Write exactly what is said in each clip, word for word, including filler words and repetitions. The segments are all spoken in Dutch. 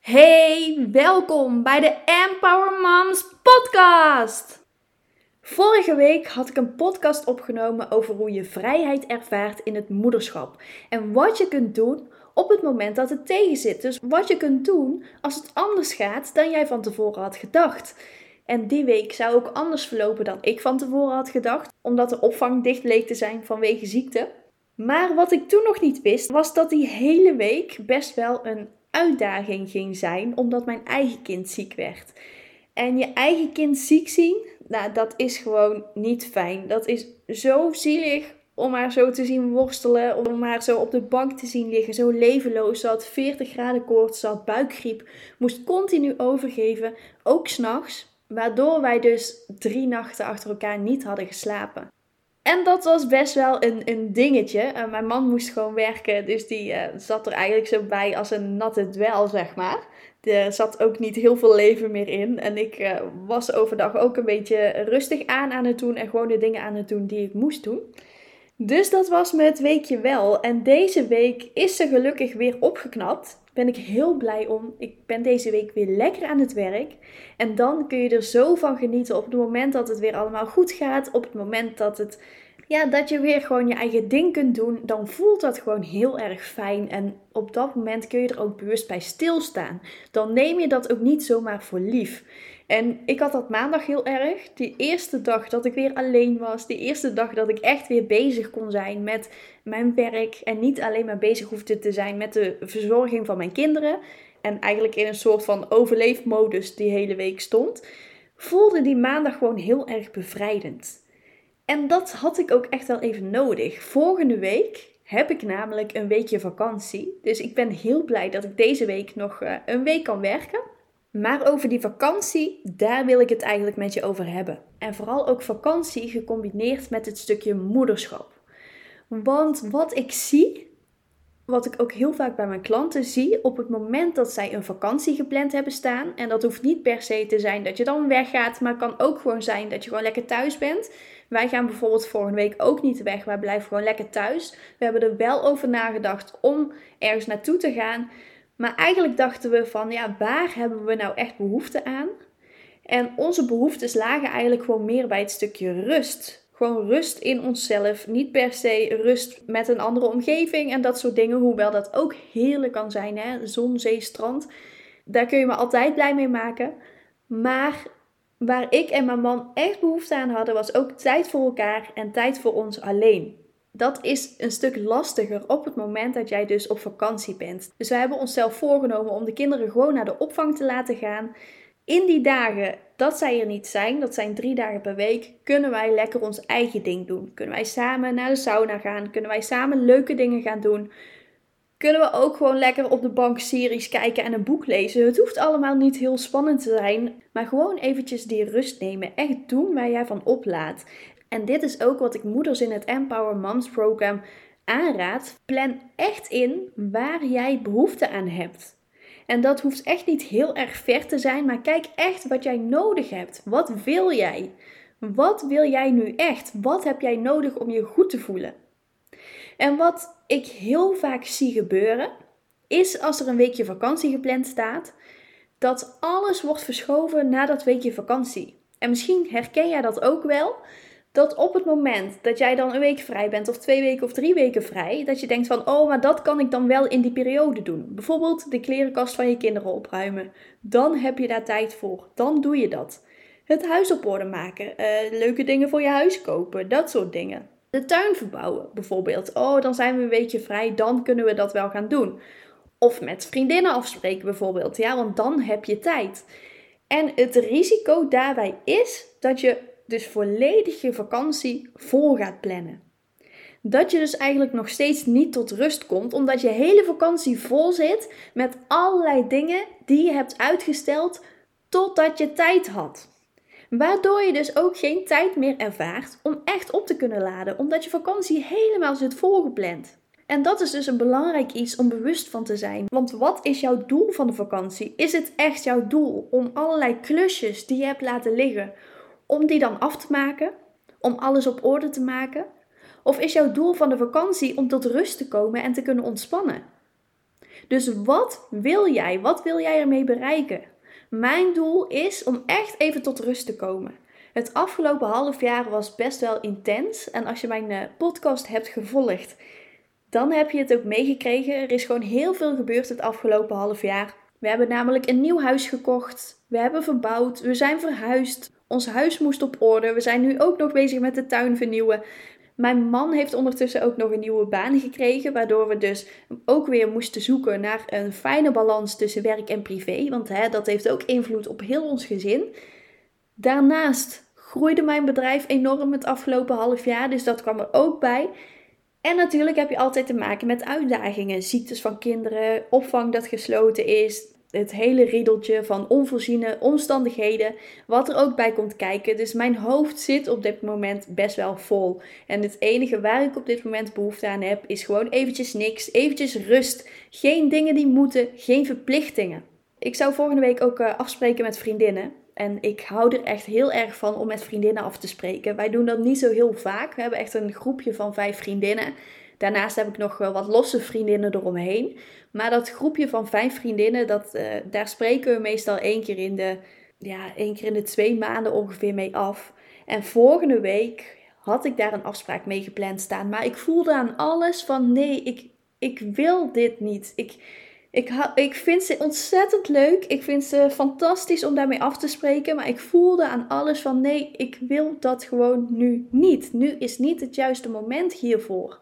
Hey, welkom bij de Empower Moms podcast! Vorige week had ik een podcast opgenomen over hoe je vrijheid ervaart in het moederschap. En wat je kunt doen op het moment dat het tegenzit. Dus wat je kunt doen als het anders gaat dan jij van tevoren had gedacht. En die week zou ook anders verlopen dan ik van tevoren had gedacht. Omdat de opvang dicht bleek te zijn vanwege ziekte. Maar wat ik toen nog niet wist, was dat die hele week best wel een uitdaging ging zijn, omdat mijn eigen kind ziek werd. En je eigen kind ziek zien, nou, dat is gewoon niet fijn. Dat is zo zielig om haar zo te zien worstelen, om haar zo op de bank te zien liggen, zo levenloos. Ze had veertig graden koorts, ze had buikgriep, moest continu overgeven, ook 's nachts, waardoor wij dus drie nachten achter elkaar niet hadden geslapen. En dat was best wel een, een dingetje. Uh, mijn man moest gewoon werken, dus die uh, zat er eigenlijk zo bij als een natte dwel, zeg maar. Er zat ook niet heel veel leven meer in. En ik uh, was overdag ook een beetje rustig aan aan het doen en gewoon de dingen aan het doen die ik moest doen. Dus dat was me het weekje wel. En deze week is ze gelukkig weer opgeknapt. Daar ben ik heel blij om. Ik ben deze week weer lekker aan het werk. En dan kun je er zo van genieten op het moment dat het weer allemaal goed gaat. Op het moment dat, het, ja, dat je weer gewoon je eigen ding kunt doen. Dan voelt dat gewoon heel erg fijn. En op dat moment kun je er ook bewust bij stilstaan. Dan neem je dat ook niet zomaar voor lief. En ik had dat maandag heel erg. Die eerste dag dat ik weer alleen was. Die eerste dag dat ik echt weer bezig kon zijn met mijn werk. En niet alleen maar bezig hoefde te zijn met de verzorging van mijn kinderen. En eigenlijk in een soort van overleefmodus die hele week stond. Voelde die maandag gewoon heel erg bevrijdend. En dat had ik ook echt wel even nodig. Volgende week heb ik namelijk een weekje vakantie. Dus ik ben heel blij dat ik deze week nog uh, een week kan werken. Maar over die vakantie, daar wil ik het eigenlijk met je over hebben. En vooral ook vakantie gecombineerd met het stukje moederschap. Want wat ik zie, wat ik ook heel vaak bij mijn klanten zie, op het moment dat zij een vakantie gepland hebben staan. En dat hoeft niet per se te zijn dat je dan weggaat, maar het kan ook gewoon zijn dat je gewoon lekker thuis bent. Wij gaan bijvoorbeeld volgende week ook niet weg, wij blijven gewoon lekker thuis. We hebben er wel over nagedacht om ergens naartoe te gaan. Maar eigenlijk dachten we van, ja, waar hebben we nou echt behoefte aan? En onze behoeftes lagen eigenlijk gewoon meer bij het stukje rust. Gewoon rust in onszelf. Niet per se rust met een andere omgeving en dat soort dingen. Hoewel dat ook heerlijk kan zijn, hè? Zon, zee, strand. Daar kun je me altijd blij mee maken. Maar waar ik en mijn man echt behoefte aan hadden, was ook tijd voor elkaar en tijd voor ons alleen. Dat is een stuk lastiger op het moment dat jij dus op vakantie bent. Dus wij hebben onszelf voorgenomen om de kinderen gewoon naar de opvang te laten gaan. In die dagen dat zij er niet zijn, dat zijn drie dagen per week, kunnen wij lekker ons eigen ding doen. Kunnen wij samen naar de sauna gaan, kunnen wij samen leuke dingen gaan doen. Kunnen we ook gewoon lekker op de bank series kijken en een boek lezen. Het hoeft allemaal niet heel spannend te zijn, maar gewoon eventjes die rust nemen. Echt doen waar jij van oplaat. En dit is ook wat ik moeders in het Empower Moms Program aanraad. Plan echt in waar jij behoefte aan hebt. En dat hoeft echt niet heel erg ver te zijn, maar kijk echt wat jij nodig hebt. Wat wil jij? Wat wil jij nu echt? Wat heb jij nodig om je goed te voelen? En wat ik heel vaak zie gebeuren, is als er een weekje vakantie gepland staat, dat alles wordt verschoven na dat weekje vakantie. En misschien herken jij dat ook wel, dat op het moment dat jij dan een week vrij bent, of twee weken of drie weken vrij, dat je denkt van, oh, maar dat kan ik dan wel in die periode doen. Bijvoorbeeld de klerenkast van je kinderen opruimen. Dan heb je daar tijd voor. Dan doe je dat. Het huis op orde maken. Uh, leuke dingen voor je huis kopen. Dat soort dingen. De tuin verbouwen bijvoorbeeld. Oh, dan zijn we een weekje vrij. Dan kunnen we dat wel gaan doen. Of met vriendinnen afspreken bijvoorbeeld. Ja, want dan heb je tijd. En het risico daarbij is dat je dus volledig je vakantie vol gaat plannen. Dat je dus eigenlijk nog steeds niet tot rust komt, omdat je hele vakantie vol zit met allerlei dingen die je hebt uitgesteld totdat je tijd had. Waardoor je dus ook geen tijd meer ervaart om echt op te kunnen laden, omdat je vakantie helemaal zit volgepland. En dat is dus een belangrijk iets om bewust van te zijn. Want wat is jouw doel van de vakantie? Is het echt jouw doel om allerlei klusjes die je hebt laten liggen, om die dan af te maken? Om alles op orde te maken? Of is jouw doel van de vakantie om tot rust te komen en te kunnen ontspannen? Dus wat wil jij? Wat wil jij ermee bereiken? Mijn doel is om echt even tot rust te komen. Het afgelopen half jaar was best wel intens. En als je mijn podcast hebt gevolgd, dan heb je het ook meegekregen. Er is gewoon heel veel gebeurd het afgelopen half jaar. We hebben namelijk een nieuw huis gekocht. We hebben verbouwd. We zijn verhuisd. Ons huis moest op orde. We zijn nu ook nog bezig met de tuin vernieuwen. Mijn man heeft ondertussen ook nog een nieuwe baan gekregen. Waardoor we dus ook weer moesten zoeken naar een fijne balans tussen werk en privé. Want hè, dat heeft ook invloed op heel ons gezin. Daarnaast groeide mijn bedrijf enorm het afgelopen half jaar. Dus dat kwam er ook bij. En natuurlijk heb je altijd te maken met uitdagingen. Ziektes van kinderen, opvang dat gesloten is. Het hele riedeltje van onvoorziene omstandigheden. Wat er ook bij komt kijken. Dus mijn hoofd zit op dit moment best wel vol. En het enige waar ik op dit moment behoefte aan heb is gewoon eventjes niks. Eventjes rust. Geen dingen die moeten. Geen verplichtingen. Ik zou volgende week ook uh, afspreken met vriendinnen. En ik hou er echt heel erg van om met vriendinnen af te spreken. Wij doen dat niet zo heel vaak. We hebben echt een groepje van vijf vriendinnen. Daarnaast heb ik nog wat losse vriendinnen eromheen. Maar dat groepje van vijf vriendinnen, dat, uh, daar spreken we meestal één keer, in de, ja, één keer in de twee maanden ongeveer mee af. En volgende week had ik daar een afspraak mee gepland staan. Maar ik voelde aan alles van nee, ik, ik wil dit niet. Ik... Ik, ha- ik vind ze ontzettend leuk. Ik vind ze fantastisch om daarmee af te spreken. Maar ik voelde aan alles van nee, ik wil dat gewoon nu niet. Nu is niet het juiste moment hiervoor.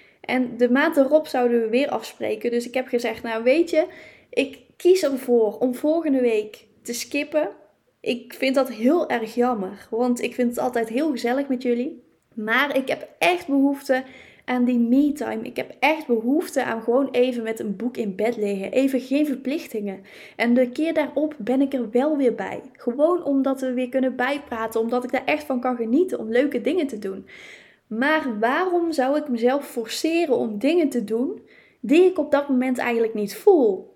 En de maand erop zouden we weer afspreken. Dus ik heb gezegd, nou weet je, ik kies ervoor om volgende week te skippen. Ik vind dat heel erg jammer. Want ik vind het altijd heel gezellig met jullie. Maar ik heb echt behoefte aan die me-time. Ik heb echt behoefte aan gewoon even met een boek in bed liggen. Even geen verplichtingen. En de keer daarop ben ik er wel weer bij. Gewoon omdat we weer kunnen bijpraten. Omdat ik daar echt van kan genieten om leuke dingen te doen. Maar waarom zou ik mezelf forceren om dingen te doen die ik op dat moment eigenlijk niet voel?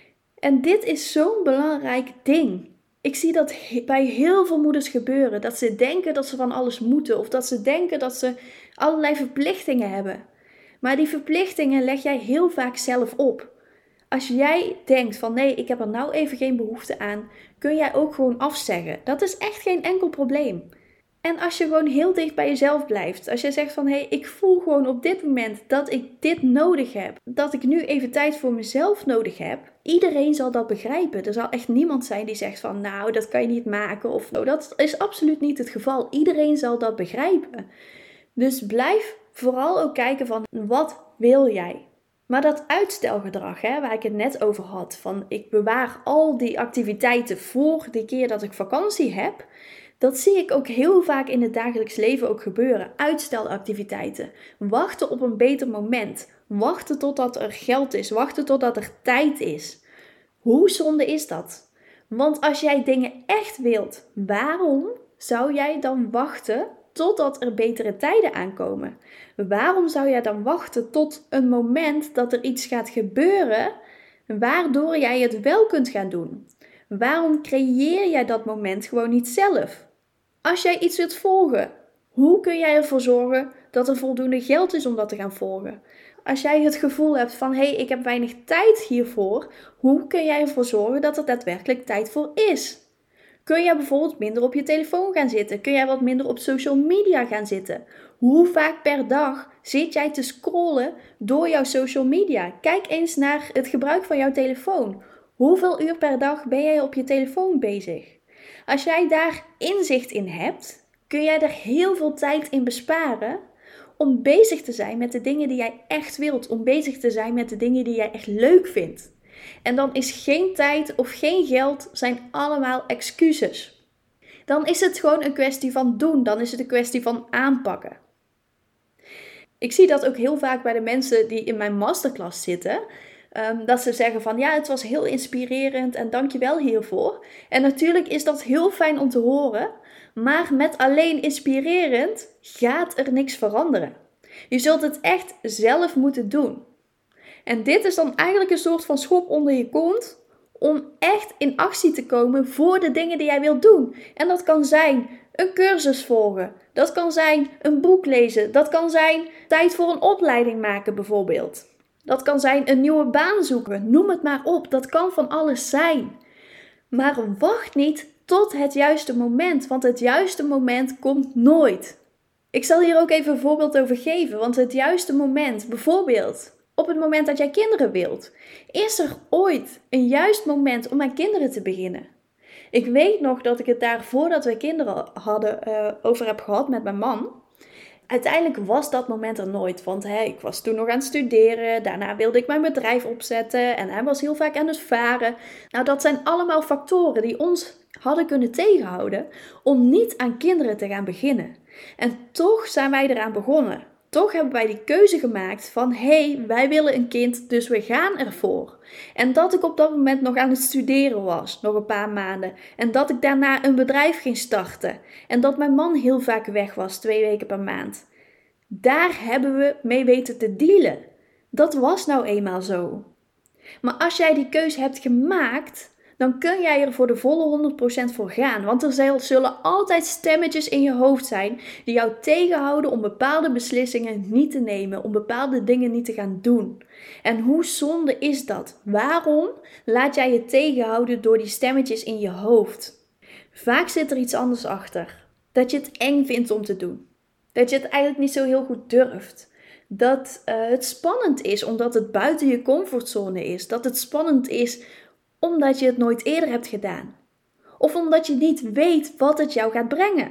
En dit is zo'n belangrijk ding. Ik zie dat bij heel veel moeders gebeuren. Dat ze denken dat ze van alles moeten. Of dat ze denken dat ze allerlei verplichtingen hebben. Maar die verplichtingen leg jij heel vaak zelf op. Als jij denkt van nee, ik heb er nou even geen behoefte aan, kun jij ook gewoon afzeggen. Dat is echt geen enkel probleem. En als je gewoon heel dicht bij jezelf blijft. Als je zegt van hé, hey, ik voel gewoon op dit moment dat ik dit nodig heb. Dat ik nu even tijd voor mezelf nodig heb. Iedereen zal dat begrijpen. Er zal echt niemand zijn die zegt van nou, dat kan je niet maken. Of nou, dat is absoluut niet het geval. Iedereen zal dat begrijpen. Dus blijf vooral ook kijken van wat wil jij? Maar dat uitstelgedrag, hè, waar ik het net over had. Van ik bewaar al die activiteiten voor de keer dat ik vakantie heb. Dat zie ik ook heel vaak in het dagelijks leven ook gebeuren. Uitstelactiviteiten. Wachten op een beter moment. Wachten totdat er geld is. Wachten totdat er tijd is. Hoe zonde is dat? Want als jij dingen echt wilt, waarom zou jij dan wachten totdat er betere tijden aankomen? Waarom zou jij dan wachten tot een moment dat er iets gaat gebeuren waardoor jij het wel kunt gaan doen? Waarom creëer jij dat moment gewoon niet zelf? Als jij iets wilt volgen, hoe kun jij ervoor zorgen dat er voldoende geld is om dat te gaan volgen? Als jij het gevoel hebt van, hé, hey, ik heb weinig tijd hiervoor, hoe kun jij ervoor zorgen dat er daadwerkelijk tijd voor is? Kun jij bijvoorbeeld minder op je telefoon gaan zitten? Kun jij wat minder op social media gaan zitten? Hoe vaak per dag zit jij te scrollen door jouw social media? Kijk eens naar het gebruik van jouw telefoon. Hoeveel uur per dag ben jij op je telefoon bezig? Als jij daar inzicht in hebt, kun jij er heel veel tijd in besparen om bezig te zijn met de dingen die jij echt wilt. Om bezig te zijn met de dingen die jij echt leuk vindt. En dan is geen tijd of geen geld zijn allemaal excuses. Dan is het gewoon een kwestie van doen. Dan is het een kwestie van aanpakken. Ik zie dat ook heel vaak bij de mensen die in mijn masterclass zitten. Um, dat ze zeggen van ja, het was heel inspirerend en dankjewel hiervoor. En natuurlijk is dat heel fijn om te horen. Maar met alleen inspirerend gaat er niks veranderen. Je zult het echt zelf moeten doen. En dit is dan eigenlijk een soort van schop onder je kont om echt in actie te komen voor de dingen die jij wilt doen. En dat kan zijn een cursus volgen. Dat kan zijn een boek lezen. Dat kan zijn tijd voor een opleiding maken bijvoorbeeld. Dat kan zijn een nieuwe baan zoeken, noem het maar op. Dat kan van alles zijn. Maar wacht niet tot het juiste moment, want het juiste moment komt nooit. Ik zal hier ook even een voorbeeld over geven, want het juiste moment, bijvoorbeeld op het moment dat jij kinderen wilt, is er ooit een juist moment om aan kinderen te beginnen? Ik weet nog dat ik het daar voordat we kinderen hadden uh, over heb gehad met mijn man. Uiteindelijk was dat moment er nooit, want hey, ik was toen nog aan het studeren, daarna wilde ik mijn bedrijf opzetten en hij was heel vaak aan het varen. Nou, dat zijn allemaal factoren die ons hadden kunnen tegenhouden om niet aan kinderen te gaan beginnen. En toch zijn wij eraan begonnen. Toch hebben wij die keuze gemaakt van, hé, hey, wij willen een kind, dus we gaan ervoor. En dat ik op dat moment nog aan het studeren was, nog een paar maanden. En dat ik daarna een bedrijf ging starten. En dat mijn man heel vaak weg was, twee weken per maand. Daar hebben we mee weten te dealen. Dat was nou eenmaal zo. Maar als jij die keuze hebt gemaakt, dan kun jij er voor de volle honderd procent voor gaan. Want er zullen altijd stemmetjes in je hoofd zijn die jou tegenhouden om bepaalde beslissingen niet te nemen, om bepaalde dingen niet te gaan doen. En hoe zonde is dat? Waarom laat jij je tegenhouden door die stemmetjes in je hoofd? Vaak zit er iets anders achter. Dat je het eng vindt om te doen. Dat je het eigenlijk niet zo heel goed durft. Dat uh, het spannend is omdat het buiten je comfortzone is. Dat het spannend is omdat je het nooit eerder hebt gedaan. Of omdat je niet weet wat het jou gaat brengen.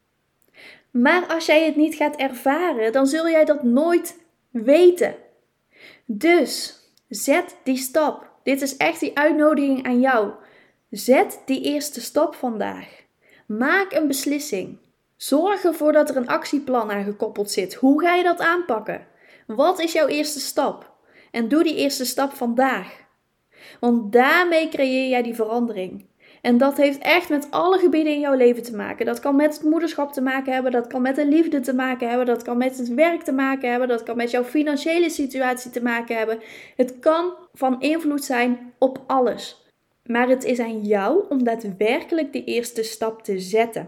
Maar als jij het niet gaat ervaren, dan zul jij dat nooit weten. Dus zet die stap. Dit is echt die uitnodiging aan jou. Zet die eerste stap vandaag. Maak een beslissing. Zorg ervoor dat er een actieplan aan gekoppeld zit. Hoe ga je dat aanpakken? Wat is jouw eerste stap? En doe die eerste stap vandaag. Want daarmee creëer jij die verandering. En dat heeft echt met alle gebieden in jouw leven te maken. Dat kan met het moederschap te maken hebben. Dat kan met de liefde te maken hebben. Dat kan met het werk te maken hebben. Dat kan met jouw financiële situatie te maken hebben. Het kan van invloed zijn op alles. Maar het is aan jou om daadwerkelijk die eerste stap te zetten.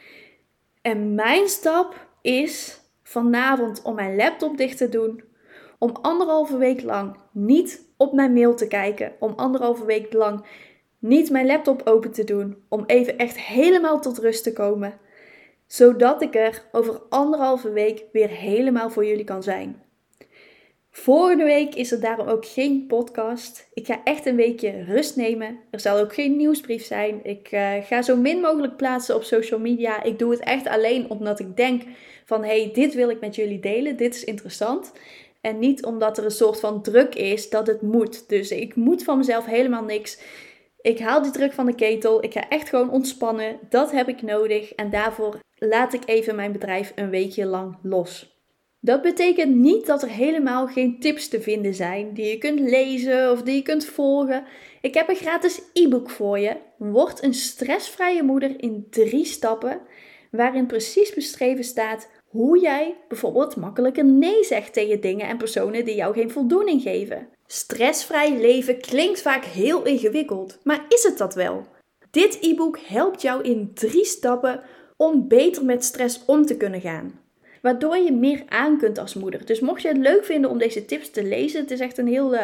En mijn stap is vanavond om mijn laptop dicht te doen. Om anderhalve week lang niet op mijn mail te kijken. Om anderhalve week lang niet mijn laptop open te doen. Om even echt helemaal tot rust te komen. Zodat ik er over anderhalve week weer helemaal voor jullie kan zijn. Volgende week is er daarom ook geen podcast. Ik ga echt een weekje rust nemen. Er zal ook geen nieuwsbrief zijn. Ik uh, ga zo min mogelijk plaatsen op social media. Ik doe het echt alleen omdat ik denk van, hey, dit wil ik met jullie delen. Dit is interessant. En niet omdat er een soort van druk is dat het moet. Dus ik moet van mezelf helemaal niks. Ik haal die druk van de ketel. Ik ga echt gewoon ontspannen. Dat heb ik nodig. En daarvoor laat ik even mijn bedrijf een weekje lang los. Dat betekent niet dat er helemaal geen tips te vinden zijn die je kunt lezen of die je kunt volgen. Ik heb een gratis e-book voor je. Word een stressvrije moeder in drie stappen. Waarin precies beschreven staat hoe jij bijvoorbeeld makkelijker nee zegt tegen dingen en personen die jou geen voldoening geven. Stressvrij leven klinkt vaak heel ingewikkeld, maar is het dat wel? Dit e-book helpt jou in drie stappen om beter met stress om te kunnen gaan. Waardoor je meer aan kunt als moeder. Dus mocht je het leuk vinden om deze tips te lezen, het is echt een heel uh,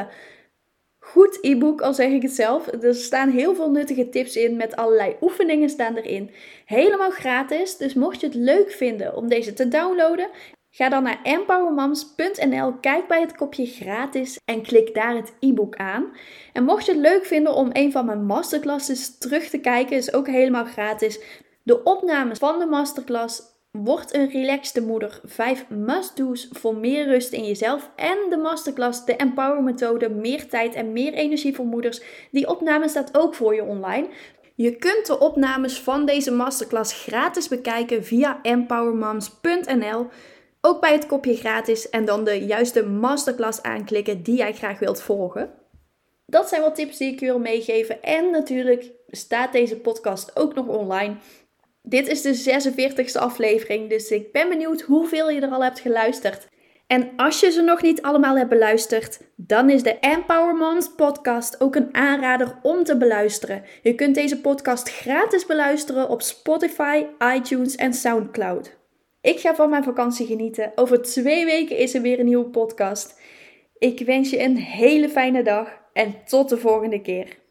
goed e-book, al zeg ik het zelf. Er staan heel veel nuttige tips in, met allerlei oefeningen staan erin. Helemaal gratis, dus mocht je het leuk vinden om deze te downloaden, ga dan naar empowermoms punt n l, kijk bij het kopje gratis en klik daar het e-book aan. En mocht je het leuk vinden om een van mijn masterclasses terug te kijken, is ook helemaal gratis. De opnames van de masterclass Word een relaxte moeder. vijf must-do's voor meer rust in jezelf. En de masterclass, de Empower methode, meer tijd en meer energie voor moeders. Die opname staat ook voor je online. Je kunt de opnames van deze masterclass gratis bekijken via empowermoms punt n l. Ook bij het kopje gratis en dan de juiste masterclass aanklikken die jij graag wilt volgen. Dat zijn wat tips die ik je wil meegeven. En natuurlijk staat deze podcast ook nog online. Dit is de zesenveertigste aflevering, dus ik ben benieuwd hoeveel je er al hebt geluisterd. En als je ze nog niet allemaal hebt beluisterd, dan is de Empower Moms podcast ook een aanrader om te beluisteren. Je kunt deze podcast gratis beluisteren op Spotify, iTunes en Soundcloud. Ik ga van mijn vakantie genieten. Over twee weken is er weer een nieuwe podcast. Ik wens je een hele fijne dag en tot de volgende keer.